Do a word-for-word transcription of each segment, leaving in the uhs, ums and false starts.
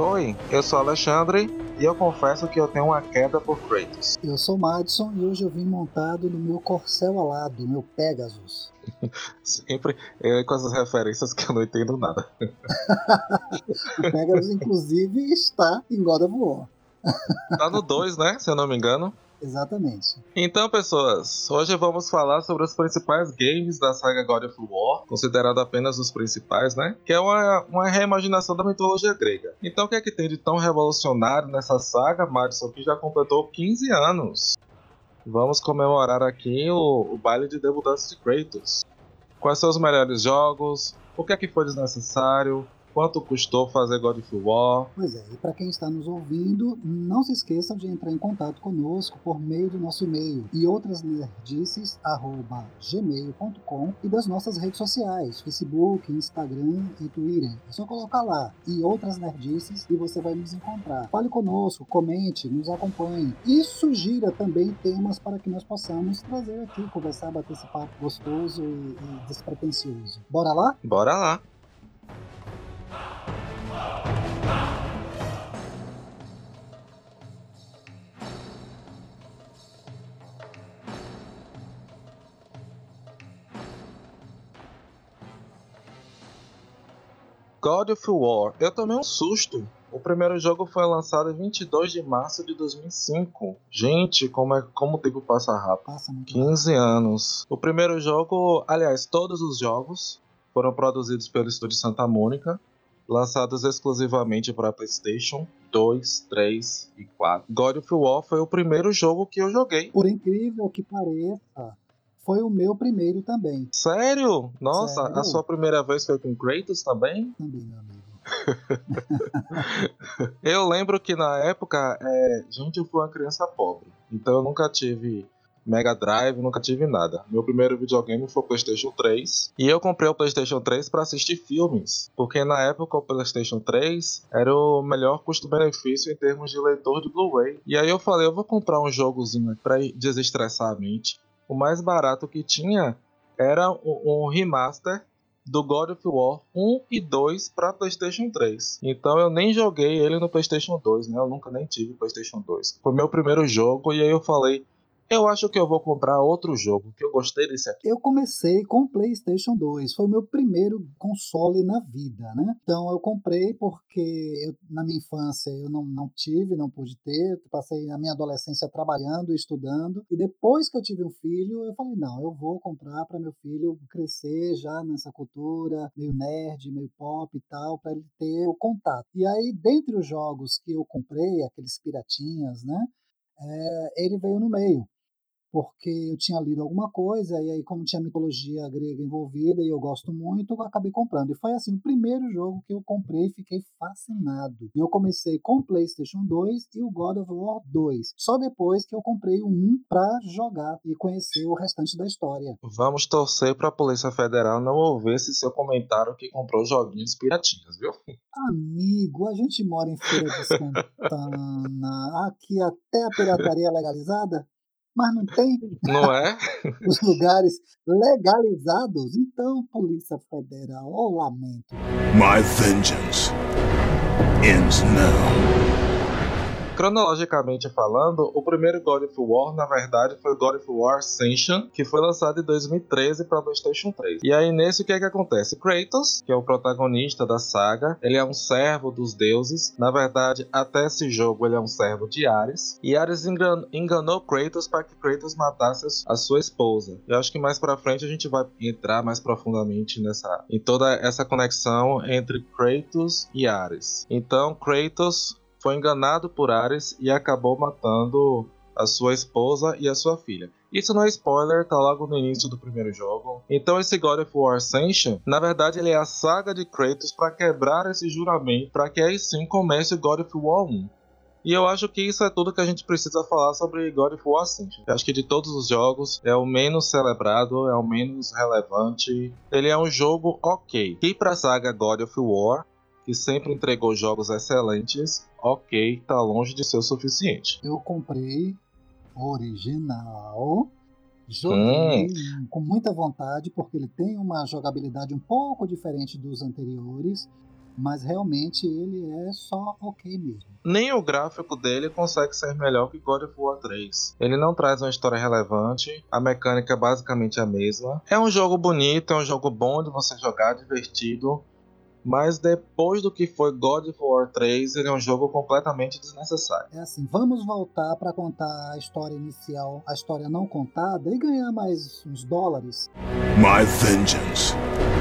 Oi, eu sou Alexandre e eu confesso que eu tenho uma queda por Kratos. Eu sou Madison e hoje eu vim montado no meu corcel alado, meu Pegasus. Sempre eu com essas referências que eu não entendo nada. O Pegasus, inclusive, está em God of War. Tá no dois, né? Se eu não me engano. Exatamente. Então, pessoas, hoje vamos falar sobre os principais games da saga God of War, considerado apenas os principais, né? Que é uma, uma reimaginação da mitologia grega. Então, o que é que tem de tão revolucionário nessa saga, Madison, que já completou quinze anos? Vamos comemorar aqui o, o baile de debutantes de Kratos. Quais são os melhores jogos? O que é que foi desnecessário? Quanto custou fazer God of War? Pois é, e para quem está nos ouvindo, não se esqueçam de entrar em contato conosco por meio do nosso e-mail e outras nerdices, arroba gmail ponto com, e das nossas redes sociais, Facebook, Instagram e Twitter. É só colocar lá, e outras nerdices, e você vai nos encontrar. Fale conosco, comente, nos acompanhe e sugira também temas para que nós possamos trazer aqui, conversar, bater esse papo gostoso e, e despretensioso. Bora lá? Bora lá! God of War, eu tomei um susto. O primeiro jogo foi lançado em vinte e dois de março de dois mil e cinco. Gente, como, é, como o tempo passa rápido. Passa muito quinze anos. O primeiro jogo, aliás, todos os jogos foram produzidos pelo estúdio Santa Mônica, lançados exclusivamente para PlayStation dois, três e quatro. God of War foi o primeiro jogo que eu joguei. Por incrível que pareça, foi o meu primeiro também. Sério? Nossa, Sério? a sua primeira vez foi com Kratos também? Também, meu amigo. Eu lembro que na época, é, gente, eu fui uma criança pobre. Então eu nunca tive Mega Drive, nunca tive nada. Meu primeiro videogame foi o PlayStation três. E eu comprei o PlayStation três para assistir filmes. Porque na época o PlayStation três era o melhor custo-benefício em termos de leitor de Blu-ray. E aí eu falei, eu vou comprar um jogozinho para desestressar a mente. O mais barato que tinha era um, um remaster do God of War um e dois para PlayStation três. Então eu nem joguei ele no PlayStation dois, né? Eu nunca nem tive PlayStation dois. Foi meu primeiro jogo e aí eu falei, eu acho que eu vou comprar outro jogo, que eu gostei desse aqui. Eu comecei com o PlayStation dois, foi o meu primeiro console na vida, né? Então eu comprei porque eu, na minha infância eu não, não tive, não pude ter, passei a minha adolescência trabalhando, estudando, e depois que eu tive um filho, eu falei, não, eu vou comprar para meu filho crescer já nessa cultura, meio nerd, meio pop e tal, para ele ter o contato. E aí, dentre os jogos que eu comprei, aqueles piratinhas, né? É, ele veio no meio, porque eu tinha lido alguma coisa, e aí como tinha mitologia grega envolvida, e eu gosto muito, eu acabei comprando. E foi assim, o primeiro jogo que eu comprei e fiquei fascinado. E eu comecei com o PlayStation dois e o God of War dois. Só depois que eu comprei o um para jogar e conhecer o restante da história. Vamos torcer para a Polícia Federal não ouvir esse seu comentário que comprou joguinhos piratinhas, viu? Amigo, a gente mora em Feira de Santana, aqui até a pirataria é legalizada, mas não tem Não é? os lugares legalizados. Então, Polícia Federal, oh, lamento. My vengeance ends now. Cronologicamente falando, o primeiro God of War, na verdade, foi o God of War Ascension, que foi lançado em dois mil e treze para PlayStation três. E aí, nesse, o que é que acontece? Kratos, que é o protagonista da saga, ele é um servo dos deuses. Na verdade, até esse jogo, ele é um servo de Ares. E Ares engan- enganou Kratos para que Kratos matasse a sua esposa. Eu acho que mais pra frente a gente vai entrar mais profundamente nessa, em toda essa conexão entre Kratos e Ares. Então, Kratos foi enganado por Ares e acabou matando a sua esposa e a sua filha. Isso não é spoiler, tá logo no início do primeiro jogo. Então esse God of War Ascension, na verdade ele é a saga de Kratos para quebrar esse juramento, para que aí sim comece o God of War um. E eu acho que isso é tudo que a gente precisa falar sobre God of War Ascension. Eu acho que de todos os jogos é o menos celebrado, é o menos relevante. Ele é um jogo ok. E pra saga God of War, que sempre entregou jogos excelentes, ok, tá longe de ser o suficiente. Eu comprei original, Hum, joguei com muita vontade, porque ele tem uma jogabilidade um pouco diferente dos anteriores. mas realmente ele é só ok mesmo. Nem o gráfico dele consegue ser melhor que God of War três. Ele não traz uma história relevante, a mecânica é basicamente a mesma. É um jogo bonito, é um jogo bom de você jogar, divertido, mas depois do que foi God of War três, ele é um jogo completamente desnecessário. É assim, vamos voltar para contar a história inicial, a história não contada, e ganhar mais uns dólares. My vengeance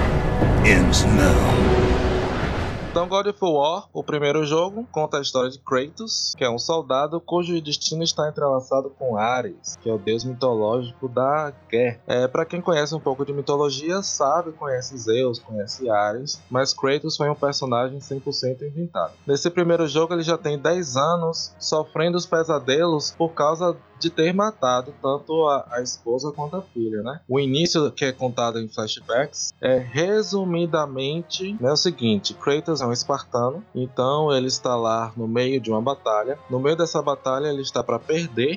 ends now. Então, God of War, o primeiro jogo, conta a história de Kratos, que é um soldado cujo destino está entrelaçado com Ares, que é o deus mitológico da guerra. É, para quem conhece um pouco de mitologia, sabe, conhece Zeus, conhece Ares, mas Kratos foi um personagem cem por cento inventado. Nesse primeiro jogo, ele já tem dez anos, sofrendo os pesadelos por causa de ter matado tanto a, a esposa quanto a filha, né? O início, que é contado em flashbacks, é resumidamente né, o seguinte: Kratos é um espartano, então ele está lá no meio de uma batalha. No meio dessa batalha ele está para perder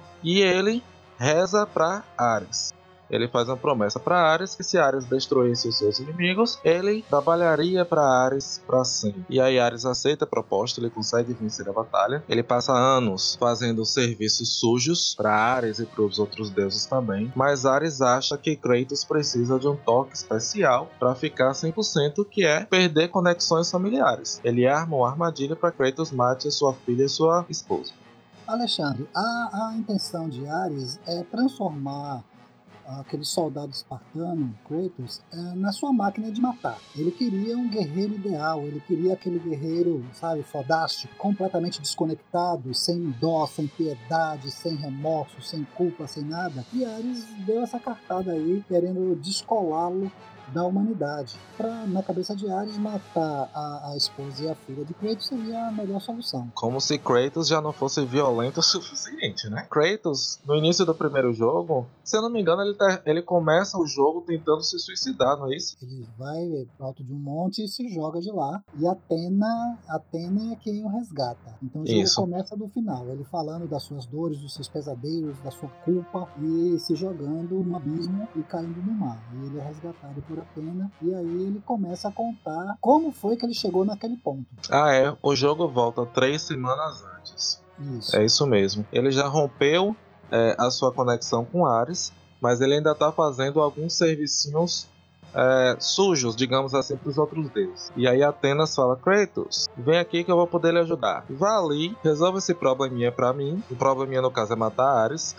e ele reza para Ares. Ele faz uma promessa para Ares que se Ares destruísse os seus inimigos, ele trabalharia para Ares para sempre. E aí Ares aceita a proposta, ele consegue vencer a batalha. Ele passa anos fazendo serviços sujos para Ares e para os outros deuses também. Mas Ares acha que Kratos precisa de um toque especial para ficar cem por cento, que é perder conexões familiares. Ele arma uma armadilha para Kratos mate sua filha e sua esposa. Alexandre, a, a intenção de Ares é transformar aquele soldado espartano, Kratos, na sua máquina de matar. Ele queria um guerreiro ideal, ele queria aquele guerreiro, sabe, fodástico, completamente desconectado, sem dó, sem piedade, sem remorso, sem culpa, sem nada. E Ares deu essa cartada aí, querendo descolá-lo da humanidade. Para, na cabeça de Ares, matar a, a esposa e a filha de Kratos seria a melhor solução. Como se Kratos já não fosse violento o suficiente, né? Kratos, no início do primeiro jogo, se eu não me engano, ele, tá, ele começa o jogo tentando se suicidar, não é isso? Ele vai pro alto de um monte e se joga de lá. E Atena, Atena é quem o resgata. Então o jogo isso. começa do final, ele falando das suas dores, dos seus pesadelos, da sua culpa, e se jogando no abismo e caindo no mar. E ele é resgatado por Atena, e aí ele começa a contar como foi que ele chegou naquele ponto. Ah, é. O jogo volta três semanas antes. Isso. É isso mesmo. Ele já rompeu é, a sua conexão com Ares, mas ele ainda está fazendo alguns servicinhos é, sujos, digamos assim, para os outros deuses. E aí Atenas fala: Kratos, vem aqui que eu vou poder lhe ajudar. Vá ali, resolve esse probleminha para mim. O probleminha, no caso, é matar Ares.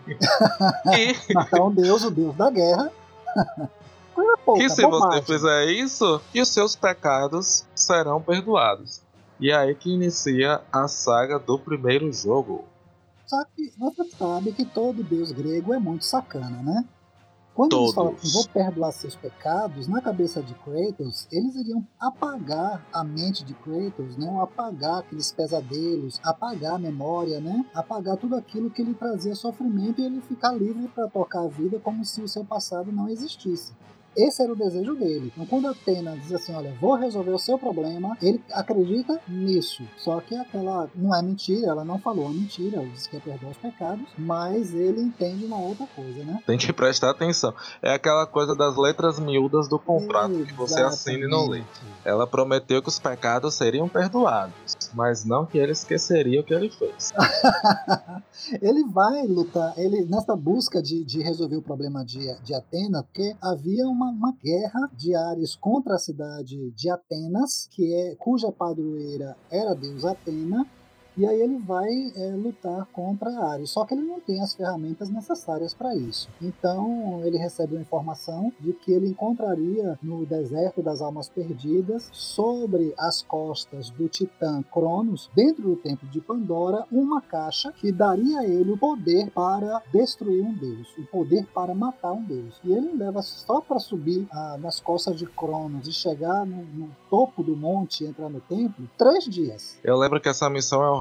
e... Matar um deus, o deus da guerra. Pouca, que se bobagem. você fizer isso, que os seus pecados serão perdoados. E é aí que inicia a saga do primeiro jogo. Só que você sabe que todo deus grego é muito sacana, né? Quando Todos. eles falam que vou perdoar seus pecados, na cabeça de Kratos, eles iriam apagar a mente de Kratos, né? Apagar aqueles pesadelos, apagar a memória, né? Apagar tudo aquilo que lhe trazia sofrimento e ele ficar livre para tocar a vida como se o seu passado não existisse. Esse era o desejo dele. Então, quando Atena diz assim, olha, vou resolver o seu problema, ele acredita nisso. Só que aquela não é mentira, ela não falou a mentira, ela disse que ia perdoar os pecados, mas ele entende uma outra coisa, né? Tem que prestar atenção. É aquela coisa das letras miúdas do contrato. Exatamente. Que você assina e não lê. Ela prometeu que os pecados seriam perdoados, mas não que ele esqueceria o que ele fez. Ele vai lutar, ele nessa busca de, de resolver o problema de, de Atena, porque havia uma Uma guerra de Ares contra a cidade de Atenas, que é, cuja padroeira era a deusa Atena, e aí ele vai é, lutar contra Ares, só que ele não tem as ferramentas necessárias para isso. Então ele recebe uma informação de que ele encontraria no deserto das almas perdidas, sobre as costas do titã Cronos, dentro do templo de Pandora, uma caixa que daria a ele o poder para destruir um deus, o poder para matar um deus. E ele leva só para subir ah, nas costas de Cronos e chegar no, no topo do monte e entrar no templo, três dias. Eu lembro que essa missão é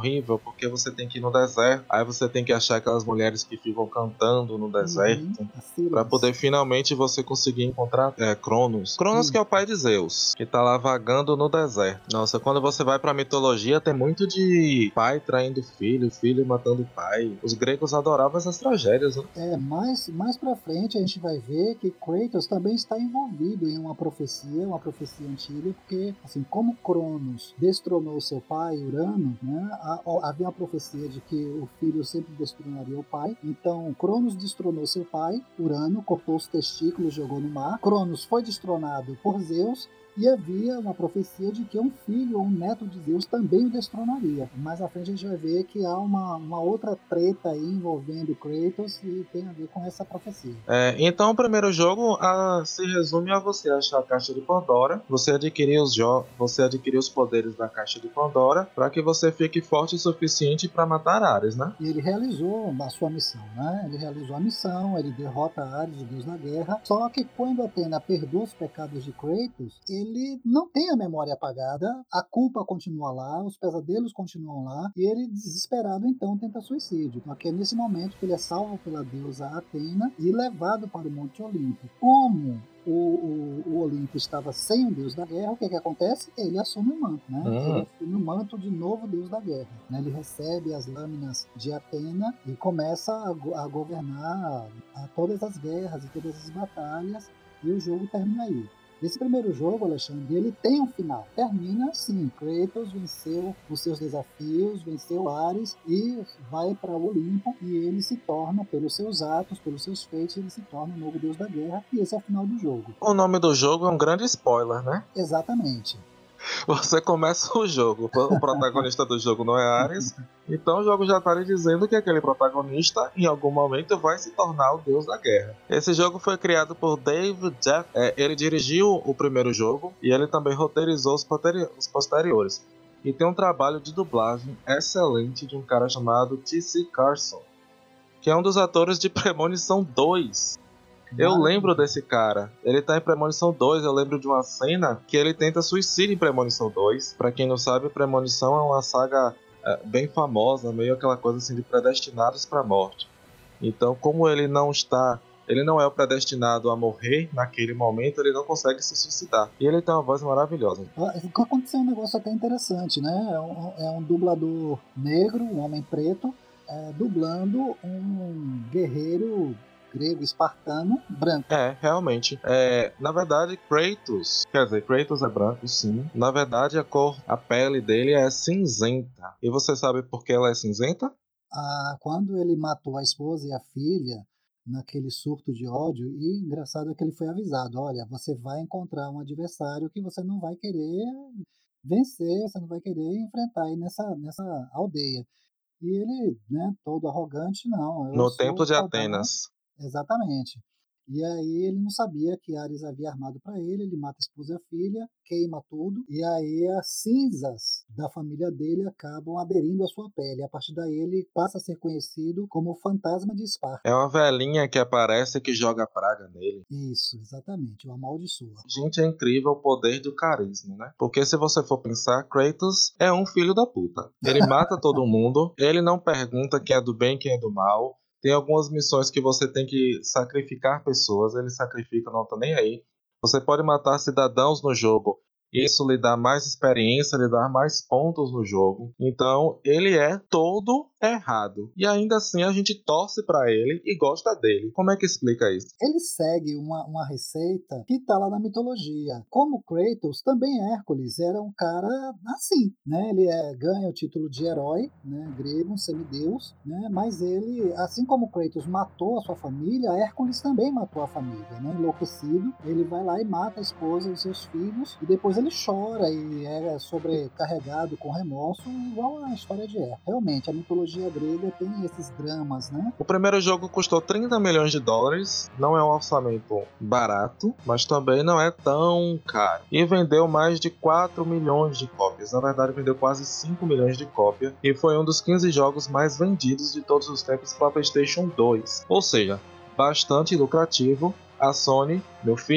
horrível, porque você tem que ir no deserto, aí você tem que achar aquelas mulheres que ficam cantando no deserto, Uhum. Assim, pra poder finalmente você conseguir encontrar é, Cronos. Cronos Sim. que é o pai de Zeus, que tá lá vagando no deserto. Nossa, quando você vai pra mitologia, tem muito de pai traindo filho, filho matando pai. Os gregos adoravam essas tragédias, né? É, mais, mais pra frente a gente vai ver que Kratos também está envolvido em uma profecia, uma profecia antiga, porque, assim, como Cronos destronou seu pai, Urano, né, a, a, havia uma profecia de que o filho sempre destronaria o pai. Então, Cronos destronou seu pai, Urano, cortou os testículos, jogou no mar. Cronos foi destronado por Zeus, e havia uma profecia de que um filho ou um neto de Zeus também o destronaria. Mais à frente a gente vai ver que há uma, uma outra treta aí envolvendo Kratos e tem a ver com essa profecia. É, então o primeiro jogo a, se resume a você achar a caixa de Pandora, você adquirir os, jo- você adquirir os poderes da caixa de Pandora para que você fique forte o suficiente para matar Ares, né? E ele realizou a sua missão, né? Ele realizou a missão, ele derrota Ares, o deus da guerra. Só que quando Atena perdoa os pecados de Kratos, ele não tem a memória apagada, a culpa continua lá, os pesadelos continuam lá, e ele, desesperado, então tenta suicídio. Então, aqui é nesse momento que ele é salvo pela deusa Atena e levado para o Monte Olimpo. Como O, o, o Olimpo estava sem o deus da guerra, o que, que acontece? Ele assume o manto, né? Uhum. Ele assume o manto de novo deus da guerra. Né? Ele recebe as lâminas de Atena e começa a, go- a governar a todas as guerras e todas as batalhas, e o jogo termina aí. Esse primeiro jogo, Alexandre, ele tem um final. Termina assim, Kratos venceu os seus desafios, venceu Ares e vai para o Olimpo, e ele se torna, pelos seus atos, pelos seus feitos, ele se torna o novo deus da guerra, e esse é o final do jogo. O nome do jogo é um grande spoiler, né? Exatamente. Você começa o jogo, o protagonista do jogo não é Ares, então o jogo já tá lhe dizendo que aquele protagonista em algum momento vai se tornar o deus da guerra. Esse jogo foi criado por Dave Jeff, é, ele dirigiu o primeiro jogo e ele também roteirizou os, poteri- os posteriores. E tem um trabalho de dublagem excelente de um cara chamado T C Carson, que é um dos atores de Premonição dois. Eu lembro desse cara, ele tá em Premonição dois, eu lembro de uma cena que ele tenta suicídio em Premonição dois. Pra quem não sabe, Premonição é uma saga é, bem famosa, meio aquela coisa assim de predestinados pra morte. Então, como ele não está, ele não é o predestinado a morrer naquele momento, ele não consegue se suicidar. E ele tem uma voz maravilhosa. Aconteceu um negócio até interessante, né? É um, é um dublador negro, um homem preto, é, dublando um guerreiro grego espartano branco. É, realmente. É, na verdade, Kratos, quer dizer, Kratos é branco, sim. Na verdade, a cor, a pele dele é cinzenta. E você sabe por que ela é cinzenta? Ah, quando ele matou a esposa e a filha, naquele surto de ódio, e engraçado é que ele foi avisado, olha, você vai encontrar um adversário que você não vai querer vencer, você não vai querer enfrentar aí nessa, nessa aldeia. E ele, né, todo arrogante, não, eu No sou templo o de soldado. Atenas. Exatamente. E aí ele não sabia que Ares havia armado para ele, ele mata a esposa e a filha, queima tudo, e aí as cinzas da família dele acabam aderindo à sua pele. A partir daí ele passa a ser conhecido como o fantasma de Esparta. É uma velhinha que aparece que joga praga nele. Isso, exatamente, o amaldiçoa. Gente, é incrível o poder do carisma, né? Porque se você for pensar, Kratos é um filho da puta. Ele mata todo mundo, ele não pergunta quem é do bem e quem é do mal. Tem algumas missões que você tem que sacrificar pessoas, ele sacrifica, não tá nem aí. Você pode matar cidadãos no jogo. Isso lhe dá mais experiência, lhe dá mais pontos no jogo. Então, ele é todo errado. E ainda assim a gente torce pra ele e gosta dele. Como é que explica isso? Ele segue uma, uma receita que está lá na mitologia. Como Kratos, também Hércules era um cara assim, né? Ele é, ganha o título de herói, né? Grego, um semideus, né? Mas ele, assim como Kratos matou a sua família, Hércules também matou a família, né? Enlouquecido, ele vai lá e mata a esposa e os seus filhos, e depois ele chora e é sobrecarregado com remorso, igual a história de Hércules. Realmente, a mitologia grega tem esses dramas, né? O primeiro jogo custou trinta milhões de dólares, não é um orçamento barato, mas também não é tão caro. E vendeu mais de quatro milhões de cópias, na verdade vendeu quase cinco milhões de cópias, e foi um dos quinze jogos mais vendidos de todos os tempos para PlayStation dois. Ou seja, bastante lucrativo. A Sony, meu filho,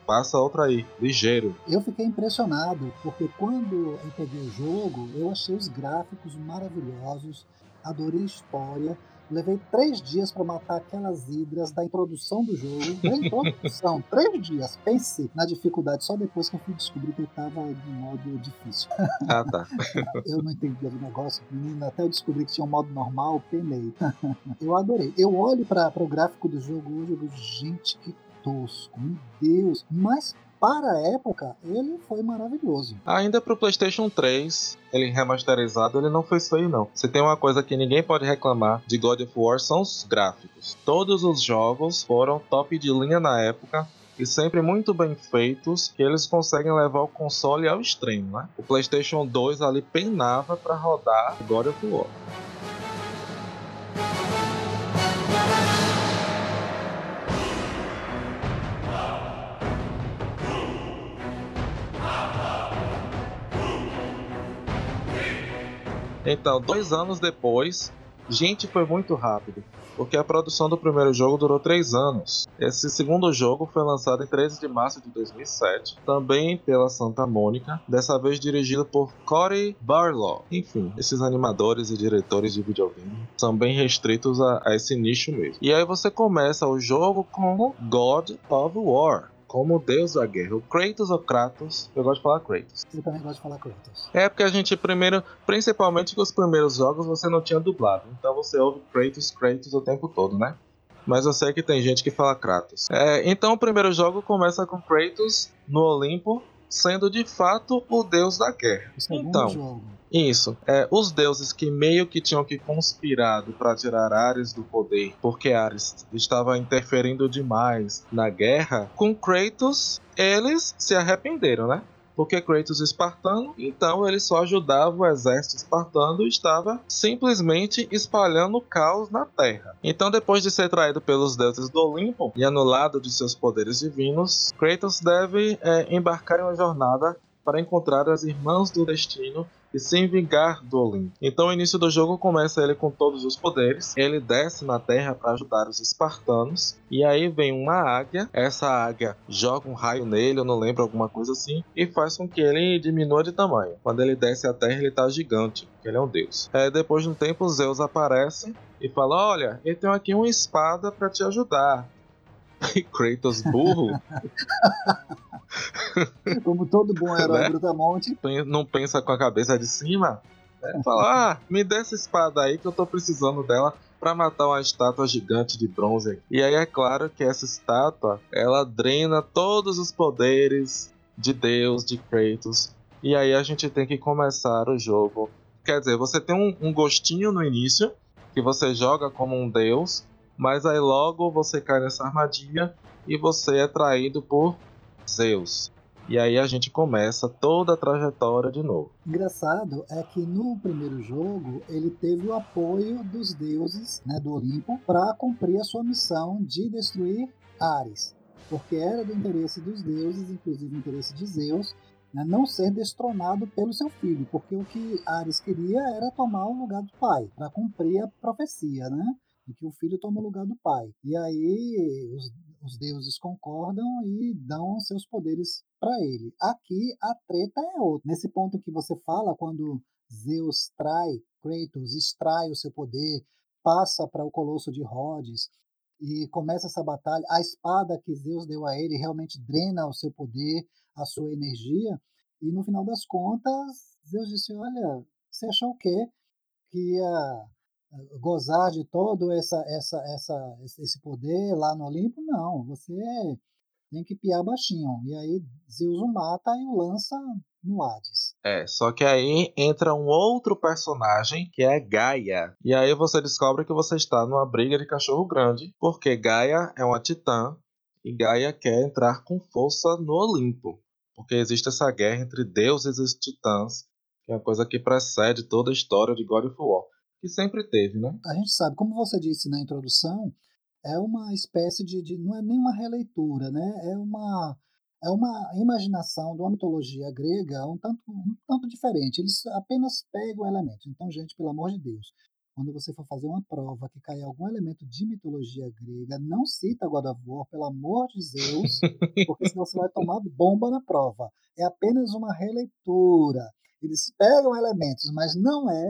passa outra aí, ligeiro. Eu fiquei impressionado, porque quando eu peguei o jogo, eu achei os gráficos maravilhosos, adorei a história, levei três dias para matar aquelas hidras da introdução do jogo, da introdução, três dias, pense na dificuldade, só depois que eu fui descobrir que eu estava de modo difícil. Ah, tá. Eu não entendia do negócio, menino, até eu descobri que tinha um modo normal, penei. Eu adorei. Eu olho para o gráfico do jogo hoje e digo, gente, que tosco, meu Deus, mas para a época ele foi maravilhoso. Ainda pro PlayStation três, ele remasterizado, ele não foi feio não. Se tem uma coisa que ninguém pode reclamar de God of War são os gráficos. Todos os jogos foram top de linha na época e sempre muito bem feitos, que eles conseguem levar o console ao extremo, né? O PlayStation dois ali penava para rodar God of War. Então, dois anos depois, gente, foi muito rápido, porque a produção do primeiro jogo durou três anos. Esse segundo jogo foi lançado em treze de março de dois mil e sete, também pela Santa Mônica, dessa vez dirigido por Cory Barlog. Enfim, esses animadores e diretores de videogame são bem restritos a, a esse nicho mesmo. E aí você começa o jogo com God of War, como Deus da guerra. O Kratos ou Kratos, eu gosto de falar Kratos. Eu também gosto de falar Kratos. É porque a gente primeiro, principalmente que os primeiros jogos você não tinha dublado, então você ouve Kratos, Kratos o tempo todo, né? Mas eu sei que tem gente que fala Kratos. É, então o primeiro jogo começa com Kratos no Olimpo, sendo de fato o deus da guerra. O segundo Então, jogo. isso. É, os deuses que meio que tinham que conspirado para tirar Ares do poder, porque Ares estava interferindo demais na guerra, com Kratos eles se arrependeram, né? Porque Kratos espartano, então ele só ajudava o exército espartano e estava simplesmente espalhando caos na terra. Então, depois de ser traído pelos deuses do Olimpo e anulado de seus poderes divinos, Kratos deve é, embarcar em uma jornada para encontrar as Irmãs do Destino e se vingar do Olimpo. Então o início do jogo começa ele com todos os poderes, ele desce na terra para ajudar os espartanos, e aí vem uma águia, essa águia joga um raio nele, eu não lembro, alguma coisa assim, e faz com que ele diminua de tamanho. Quando ele desce a terra ele tá gigante, porque ele é um deus. É, depois de um tempo Zeus aparece e fala, olha, eu tenho aqui uma espada para te ajudar. E Kratos, burro, Como todo bom herói né? brutamonte, Não pensa com a cabeça de cima, né? Fala, ah, me dê essa espada aí que eu tô precisando dela para matar uma estátua gigante de bronze. E aí é claro que essa estátua, ela drena todos os poderes de Deus, de Kratos. E aí a gente tem que começar o jogo. Quer dizer, você tem um, um gostinho no início, que você joga como um deus, mas aí logo você cai nessa armadilha e você é traído por Zeus. E aí a gente começa toda a trajetória de novo. engraçado é que no primeiro jogo ele teve o apoio dos deuses, né, do Olimpo, para cumprir a sua missão de destruir Ares, porque era do interesse dos deuses, inclusive o interesse de Zeus, né, não ser destronado pelo seu filho, porque o que Ares queria era tomar o lugar do pai, para cumprir a profecia, né? De que o filho toma o lugar do pai. E aí os, os deuses concordam e dão seus poderes para ele. Aqui a treta é outra. Nesse ponto que você fala, quando Zeus trai Kratos, extrai o seu poder, passa para o Colosso de Rhodes e começa essa batalha, a espada que Zeus deu a ele realmente drena o seu poder, a sua energia, e no final das contas, Zeus disse, olha, você achou o quê? Que ia gozar de todo essa, essa, essa, esse poder lá no Olimpo? Não, você tem que piar baixinho. E aí Zeus o mata e o lança no Hades. É, só que aí entra um outro personagem que é Gaia. E aí você descobre que você está numa briga de cachorro grande, porque Gaia é uma titã e Gaia quer entrar com força no Olimpo. Porque existe essa guerra entre deuses e titãs, que é uma coisa que precede toda a história de God of War, que sempre teve, né? A gente sabe, como você disse na introdução, é uma espécie de, de não é nem uma releitura, né? É uma é uma imaginação de uma mitologia grega um tanto um tanto diferente. Eles apenas pegam elementos. Então, gente, pelo amor de Deus, quando você for fazer uma prova que cair algum elemento de mitologia grega, não cita God of War, pelo amor de Zeus, porque senão você vai tomar bomba na prova. É apenas uma releitura. Eles pegam elementos, mas não é,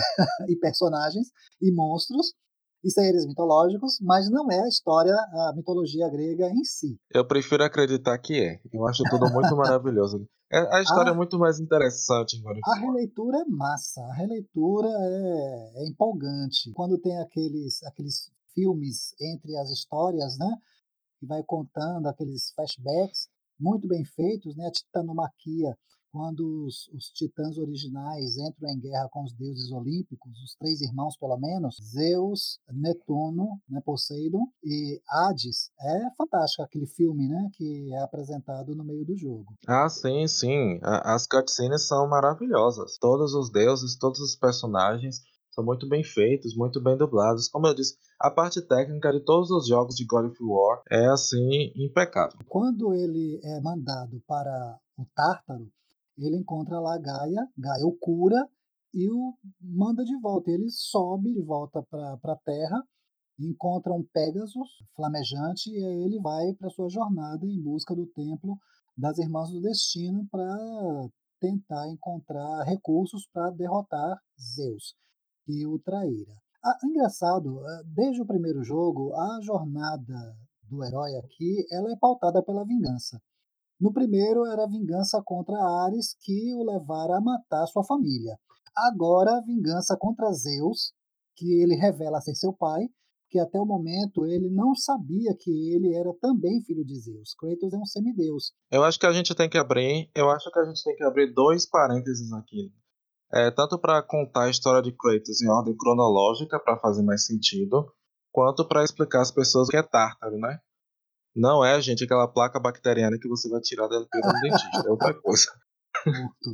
e personagens, e monstros, e seres mitológicos, mas não é a história, a mitologia grega em si. Eu prefiro acreditar que é. Eu acho tudo muito maravilhoso. É- A história é A, muito mais interessante em God of a War. releitura é massa, a releitura é, é empolgante. Quando tem aqueles, aqueles filmes entre as histórias, né, que vai contando aqueles flashbacks muito bem feitos, né, a titanomaquia, quando os, os titãs originais entram em guerra com os deuses olímpicos, os três irmãos pelo menos, Zeus, Netuno, né, Poseidon e Hades. É fantástico aquele filme, né, que é apresentado no meio do jogo. Ah, sim, sim. A- As cutscenes são maravilhosas. Todos os deuses, todos os personagens são muito bem feitos, muito bem dublados. Como eu disse, a parte técnica de todos os jogos de God of War é assim impecável. Quando ele é mandado para o Tártaro, ele encontra lá Gaia, Gaia o cura e o manda de volta. Ele sobe de volta para a Terra, encontra um Pegasus flamejante e aí ele vai para sua jornada em busca do templo das Irmãs do Destino para tentar encontrar recursos para derrotar Zeus, que o traíra. Ah, engraçado, ah, desde o primeiro jogo, a jornada do herói aqui, ela é pautada pela vingança. No primeiro era a vingança contra Ares, que o levara a matar sua família. Agora a vingança contra Zeus, que ele revela ser seu pai, que até o momento ele não sabia que ele era também filho de Zeus. Kratos é um semideus. Eu acho que a gente tem que abrir, eu acho que a gente tem que abrir dois parênteses aqui. É, tanto para contar a história de Kratos em ordem cronológica, para fazer mais sentido, quanto para explicar às pessoas o que é Tártaro, né? Não é, gente, aquela placa bacteriana que você vai tirar da limpeza no dentista, é outra coisa. Morto.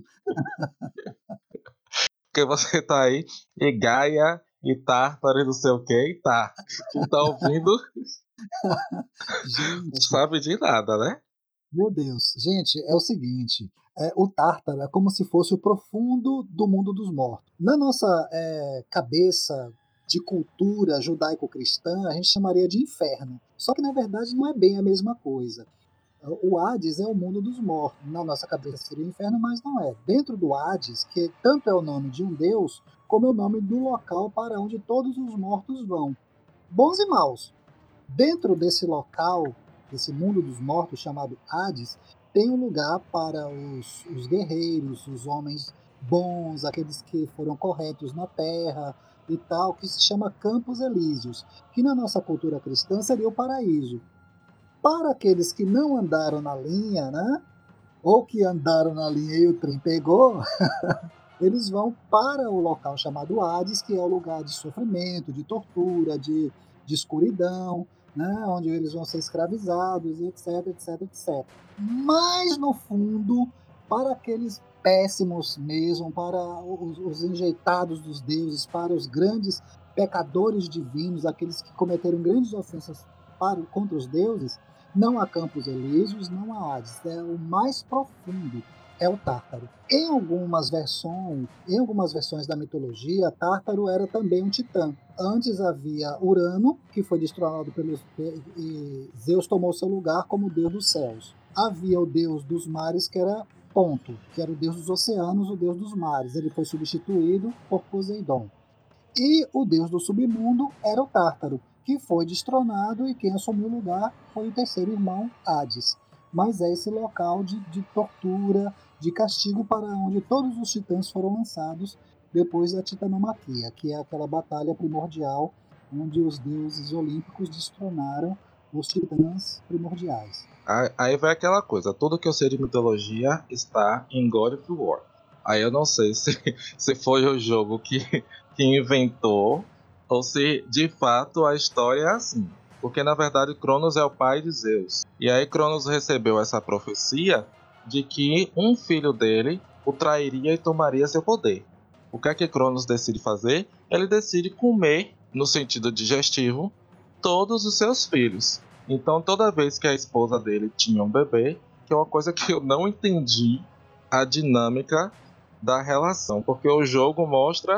Porque você tá aí, e Gaia, e Tártaro, e não sei o que, e tá. Quem tá ouvindo não Gente, sabe de nada, né? meu Deus. Gente, é o seguinte. É, o Tártaro é como se fosse o profundo do mundo dos mortos. Na nossa é, cabeça de cultura judaico-cristã, a gente chamaria de inferno. Só que, na verdade, não é bem a mesma coisa. O Hades é o mundo dos mortos. Na nossa cabeça seria o inferno, mas não é. Dentro do Hades, que tanto é o nome de um deus, como é o nome do local para onde todos os mortos vão. Bons e maus. Dentro desse local, desse mundo dos mortos chamado Hades, tem um lugar para os, os guerreiros, os homens bons, aqueles que foram corretos na terra e tal, que se chama Campos Elíseos, que na nossa cultura cristã seria o paraíso. Para aqueles que não andaram na linha, né? Ou que andaram na linha e o trem pegou, eles vão para o local chamado Hades, que é o lugar de sofrimento, de tortura, de, de escuridão, né? Onde eles vão ser escravizados, etc, etc, etcétera. Mas, no fundo, para aqueles péssimos mesmo, para os, os enjeitados dos deuses, para os grandes pecadores divinos, aqueles que cometeram grandes ofensas para, contra os deuses, não há Campos Elíseos, não há Hades, é o mais profundo, é o Tártaro. Em algumas versões, em algumas versões da mitologia, Tártaro era também um titã. Antes havia Urano, que foi destronado pelos e Zeus tomou seu lugar como deus dos céus. Havia o deus dos mares, que era Ponto, que era o deus dos oceanos, o deus dos mares. Ele foi substituído por Poseidon. E o deus do submundo era o Tártaro, que foi destronado e quem assumiu o lugar foi o terceiro irmão, Hades. Mas é esse local de, de tortura, de castigo para onde todos os titãs foram lançados depois da titanomaquia, que é aquela batalha primordial onde os deuses olímpicos destronaram os titãs primordiais. Aí aí vai aquela coisa, tudo que eu sei de mitologia está em God of War. Aí eu não sei se, se foi o jogo que, que inventou ou se de fato a história é assim. Porque na verdade Cronos é o pai de Zeus. E aí Cronos recebeu essa profecia de que um filho dele o trairia e tomaria seu poder. O que é que Cronos decide fazer? Ele decide comer, no sentido digestivo, todos os seus filhos. Então toda vez que a esposa dele tinha um bebê, que é uma coisa que eu não entendi a dinâmica da relação, porque o jogo mostra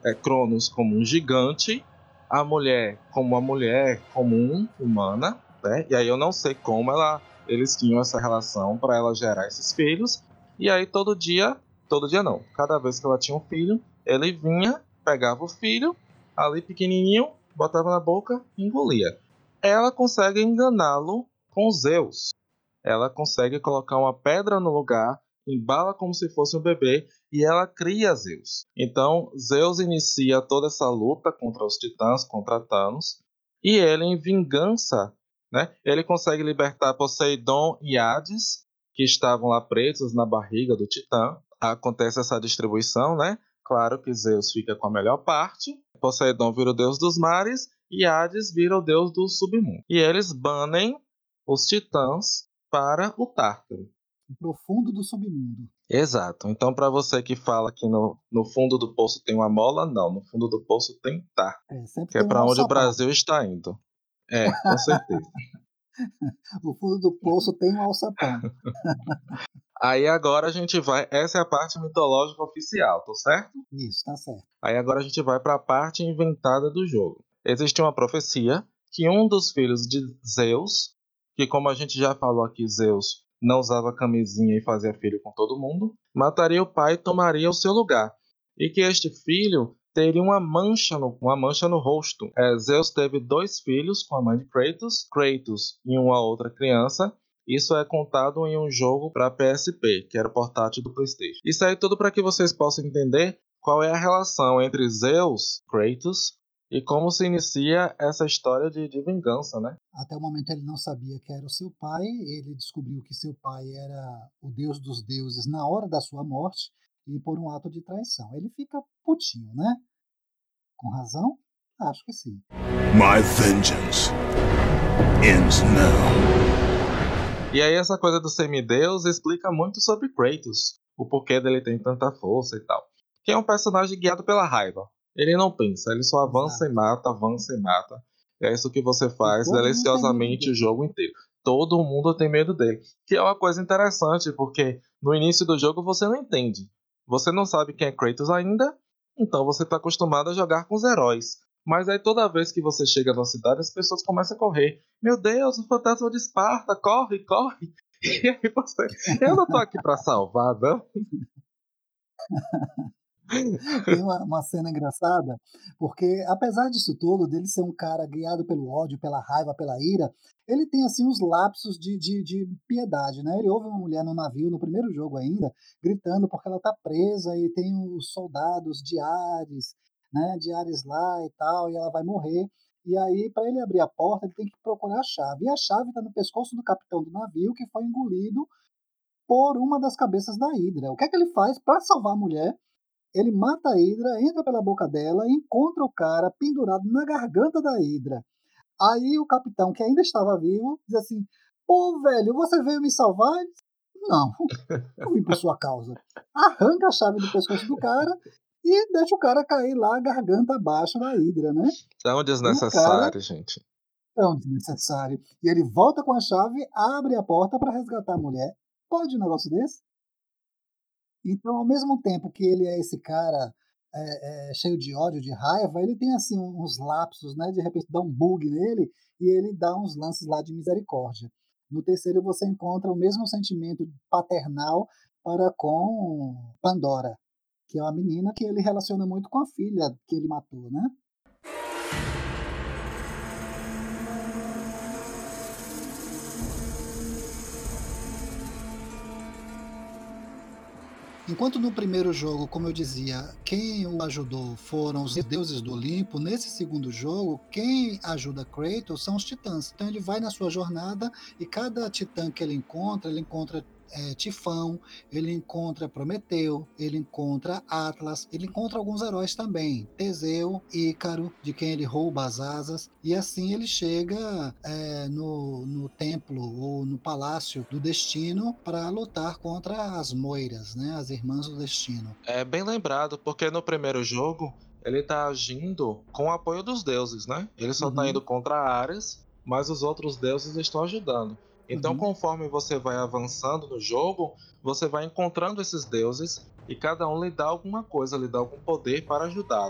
é, Cronos como um gigante, a mulher como uma mulher comum, humana, né? E aí eu não sei como ela, eles tinham essa relação para ela gerar esses filhos. E aí todo dia, todo dia não, cada vez que ela tinha um filho, ele vinha, pegava o filho, ali pequenininho, botava na boca e engolia. Ela consegue enganá-lo com Zeus. Ela consegue colocar uma pedra no lugar, embala como se fosse um bebê e ela cria Zeus. Então, Zeus inicia toda essa luta contra os titãs, contra Thanos, e ele, em vingança, né, ele consegue libertar Poseidon e Hades, que estavam lá presos na barriga do titã. Acontece essa distribuição, né? Claro que Zeus fica com a melhor parte, Poseidon vira o deus dos mares e Hades vira o deus do submundo. E eles banem os titãs para o Tártaro. O profundo do submundo. Exato. Então, para você que fala que no, no fundo do poço tem uma mola, não. No fundo do poço tem Tártaro. É, sempre Que é tem um para onde o alçapão. Brasil está indo. É, com certeza. O fundo do poço tem um alçapão. Aí agora a gente vai... Essa é a parte mitológica oficial, tá certo? Isso, tá certo. Aí agora a gente vai para a parte inventada do jogo. Existe uma profecia que um dos filhos de Zeus, que como a gente já falou aqui, Zeus não usava camisinha e fazia filho com todo mundo, mataria o pai e tomaria o seu lugar. E que este filho teria uma mancha no, uma mancha no rosto. É, Zeus teve dois filhos com a mãe de Kratos, Kratos e uma outra criança. Isso é contado em um jogo para P S P, que era o portátil do PlayStation. Isso aí tudo para que vocês possam entender qual é a relação entre Zeus, Kratos, e como se inicia essa história de, de vingança, né? Até o momento ele não sabia que era o seu pai, ele descobriu que seu pai era o deus dos deuses na hora da sua morte e por um ato de traição. Ele fica putinho, né? Com razão? Acho que sim. My vengeance ends now. E aí essa coisa do semideus explica muito sobre Kratos, o porquê dele tem tanta força e tal. Que é um personagem guiado pela raiva. Ele não pensa, ele só avança Exato. e mata, avança e mata. É isso que você faz todo mundo tem deliciosamente medo o jogo inteiro. Todo mundo tem medo dele. Que é uma coisa interessante, porque no início do jogo você não entende. Você não sabe quem é Kratos ainda, então você está acostumado a jogar com os heróis. Mas aí toda vez que você chega na cidade, as pessoas começam a correr. Meu Deus, o fantasma de Esparta, corre, corre. E aí você, eu não tô aqui pra salvar, não. Tem uma, uma cena engraçada, porque apesar disso tudo, dele ser um cara guiado pelo ódio, pela raiva, pela ira, ele tem assim uns lapsos de, de, de piedade, né? Ele ouve uma mulher no navio, no primeiro jogo ainda, gritando porque ela tá presa e tem os soldados de Ares, né? De Ares lá e tal, e ela vai morrer. E aí, para ele abrir a porta, ele tem que procurar a chave. E a chave está no pescoço do capitão do navio, que foi engolido por uma das cabeças da Hidra. O que é que ele faz para salvar a mulher? Ele mata a Hidra, entra pela boca dela e encontra o cara pendurado na garganta da Hidra. Aí o capitão, que ainda estava vivo, diz assim: pô, velho, você veio me salvar? Ele diz, não, eu vim por sua causa. Arranca a chave do pescoço do cara e deixa o cara cair lá, garganta abaixo da Hidra, né? Tão E o cara, desnecessário, gente. tão desnecessário. E ele volta com a chave, abre a porta para resgatar a mulher. Pode um negócio desse? Então, ao mesmo tempo que ele é esse cara é, é, cheio de ódio, de raiva, ele tem assim uns lapsos, né? De repente dá um bug nele e ele dá uns lances lá de misericórdia. No terceiro você encontra o mesmo sentimento paternal para com Pandora, que é uma menina que ele relaciona muito com a filha que ele matou, né? Enquanto no primeiro jogo, como eu dizia, quem o ajudou foram os deuses do Olimpo, nesse segundo jogo, quem ajuda Kratos são os titãs. Então ele vai na sua jornada e cada titã que ele encontra, ele encontra é, Tifão, ele encontra Prometeu, ele encontra Atlas, ele encontra alguns heróis também, Teseu, Ícaro, de quem ele rouba as asas, e assim ele chega é, no, no templo ou no palácio do Destino para lutar contra as Moiras, né, as irmãs do Destino. É bem lembrado, porque no primeiro jogo ele tá agindo com o apoio dos deuses, né? Ele só tá Uhum. indo contra Ares, mas os outros deuses estão ajudando. Então, Uhum. conforme você vai avançando no jogo, você vai encontrando esses deuses e cada um lhe dá alguma coisa, lhe dá algum poder para ajudá-lo.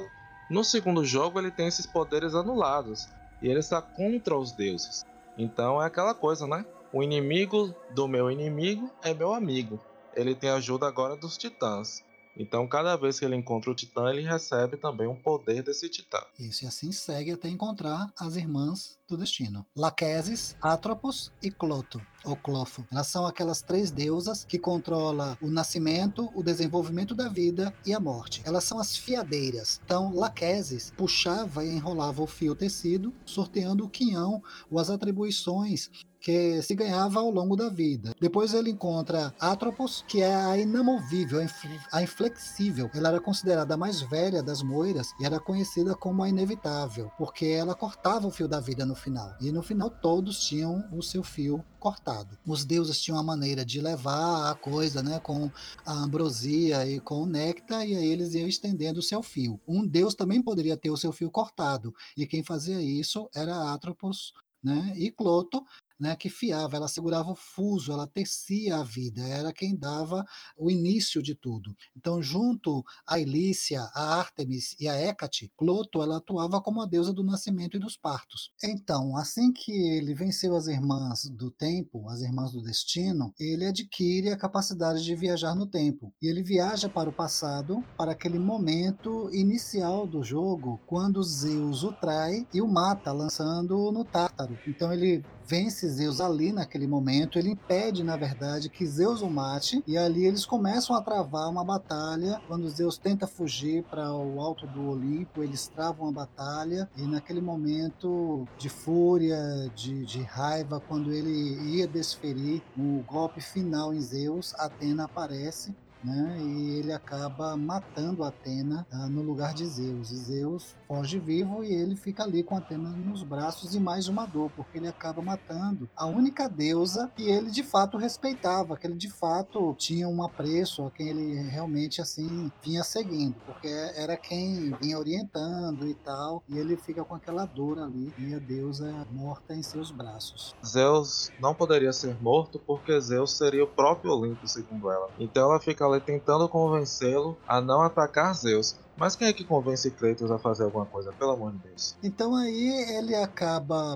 No segundo jogo ele tem esses poderes anulados e ele está contra os deuses. Então é aquela coisa, né? O inimigo do meu inimigo é meu amigo. Ele tem ajuda agora dos titãs. Então cada vez que ele encontra o titã, ele recebe também um poder desse titã. Isso, e assim segue até encontrar as irmãs do destino. Lachesis, Atropos e Cloto, ou Clofo. Elas são aquelas três deusas que controlam o nascimento, o desenvolvimento da vida e a morte. Elas são as fiadeiras. Então, Lachesis puxava e enrolava o fio tecido, sorteando o quinhão ou as atribuições que se ganhava ao longo da vida. Depois ele encontra Atropos, que é a inamovível, a inflexível. Ela era considerada a mais velha das moiras e era conhecida como a inevitável, porque ela cortava o fio da vida no final. E no final todos tinham o seu fio cortado. Os deuses tinham uma maneira de levar a coisa, né, com a ambrosia e com o néctar, e aí eles iam estendendo o seu fio. Um deus também poderia ter o seu fio cortado, e quem fazia isso era Atropos, né, e Cloto, né, que fiava, ela segurava o fuso, ela tecia a vida, era quem dava o início de tudo. Então, junto a Ilícia, a Ártemis e a Hécate, Cloto ela atuava como a deusa do nascimento e dos partos. Então, assim que ele venceu as irmãs do tempo, as irmãs do destino, ele adquire a capacidade de viajar no tempo. E ele viaja para o passado, para aquele momento inicial do jogo, quando Zeus o trai e o mata, lançando no Tártaro. Então, ele vence Zeus ali naquele momento, ele impede, na verdade, que Zeus o mate, e ali eles começam a travar uma batalha. Quando Zeus tenta fugir para o alto do Olimpo, eles travam a batalha, e naquele momento de fúria, de, de raiva, quando ele ia desferir o golpe final em Zeus, Atena aparece, né, e ele acaba matando Atena ah, no lugar de Zeus. E Zeus foge vivo e ele fica ali com Atena nos braços e mais uma dor, porque ele acaba matando a única deusa que ele de fato respeitava, que ele de fato tinha um apreço, a quem ele realmente assim vinha seguindo, porque era quem vinha orientando e tal, e ele fica com aquela dor ali e a deusa morta em seus braços. Zeus não poderia ser morto porque Zeus seria o próprio Olimpo, segundo ela. Então ela fica ali tentando convencê-lo a não atacar Zeus. Mas quem é que convence Kratos a fazer alguma coisa, pelo amor de Deus? Então aí ele acaba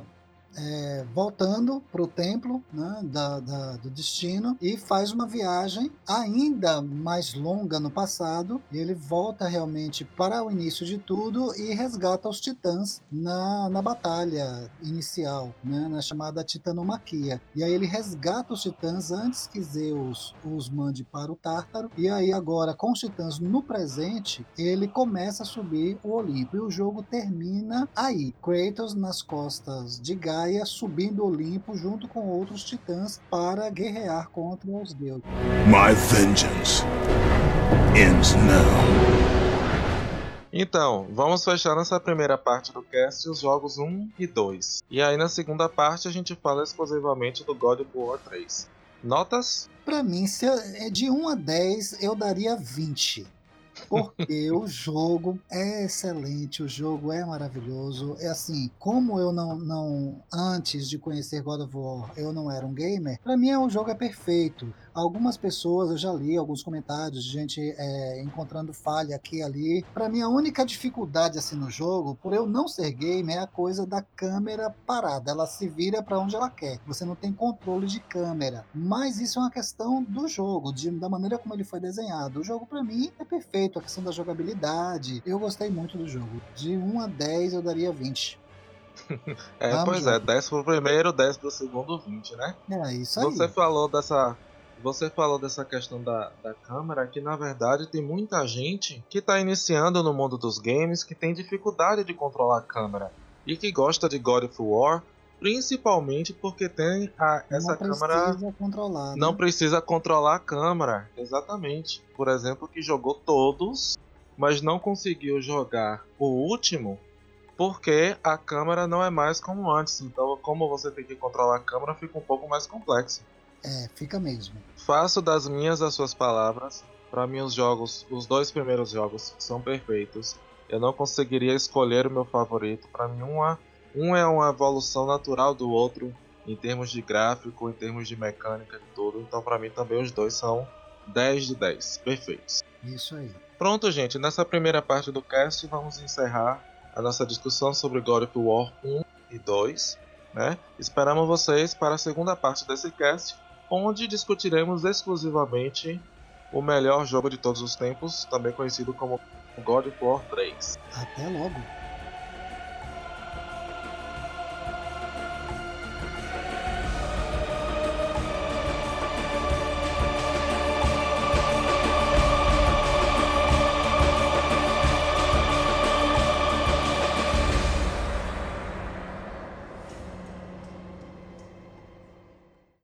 é, voltando para o templo, né, da, da, do destino, e faz uma viagem ainda mais longa no passado. Ele volta realmente para o início de tudo e resgata os titãs na, na batalha inicial, né, na chamada titanomaquia. E aí ele resgata os titãs antes que Zeus os mande para o Tártaro, e aí agora com os titãs no presente, ele começa a subir o Olimpo, e o jogo termina aí, Kratos nas costas de Gaia, subindo o Olimpo junto com outros titãs para guerrear contra os deuses. My vengeance ends now. Então, vamos fechar nessa primeira parte do cast os jogos um e dois. E aí na segunda parte a gente fala exclusivamente do God of War três. Notas? Para mim, se eu, de um a dez, eu daria vinte. Porque o jogo é excelente, o jogo é maravilhoso. É assim, como eu não, não antes de conhecer God of War, eu não era um gamer, para mim o jogo é perfeito. Algumas pessoas, eu já li alguns comentários de gente é, encontrando falha aqui e ali. Para mim a única dificuldade assim no jogo, por eu não ser gamer, é a coisa da câmera parada. Ela se vira para onde ela quer. Você não tem controle de câmera. Mas isso é uma questão do jogo, de, da maneira como ele foi desenhado. O jogo para mim é perfeito. A questão da jogabilidade, eu gostei muito do jogo. De um a dez eu daria vinte. É, Amo pois jogo. é, dez pro primeiro, dez pro segundo, vinte, né? É isso aí. Você falou dessa, você falou dessa questão da, da câmera, que na verdade tem muita gente que está iniciando no mundo dos games que tem dificuldade de controlar a câmera e que gosta de God of War, principalmente porque tem a, essa não câmera precisa controlar, não né? precisa controlar a câmera, exatamente. Por exemplo, que jogou todos, mas não conseguiu jogar o último porque a câmera não é mais como antes. Então, como você tem que controlar a câmera, fica um pouco mais complexo. É, fica mesmo. Faço das minhas as suas palavras. Para mim, os jogos, os dois primeiros jogos são perfeitos. Eu não conseguiria escolher o meu favorito. Para mim, uma, um é uma evolução natural do outro, em termos de gráfico, em termos de mecânica, de tudo. Então, para mim, também os dois são dez de dez. Perfeitos. Isso aí. Pronto, gente, nessa primeira parte do cast vamos encerrar a nossa discussão sobre God of War um e dois, né? Esperamos vocês para a segunda parte desse cast, onde discutiremos exclusivamente o melhor jogo de todos os tempos, também conhecido como God of War três. Até logo!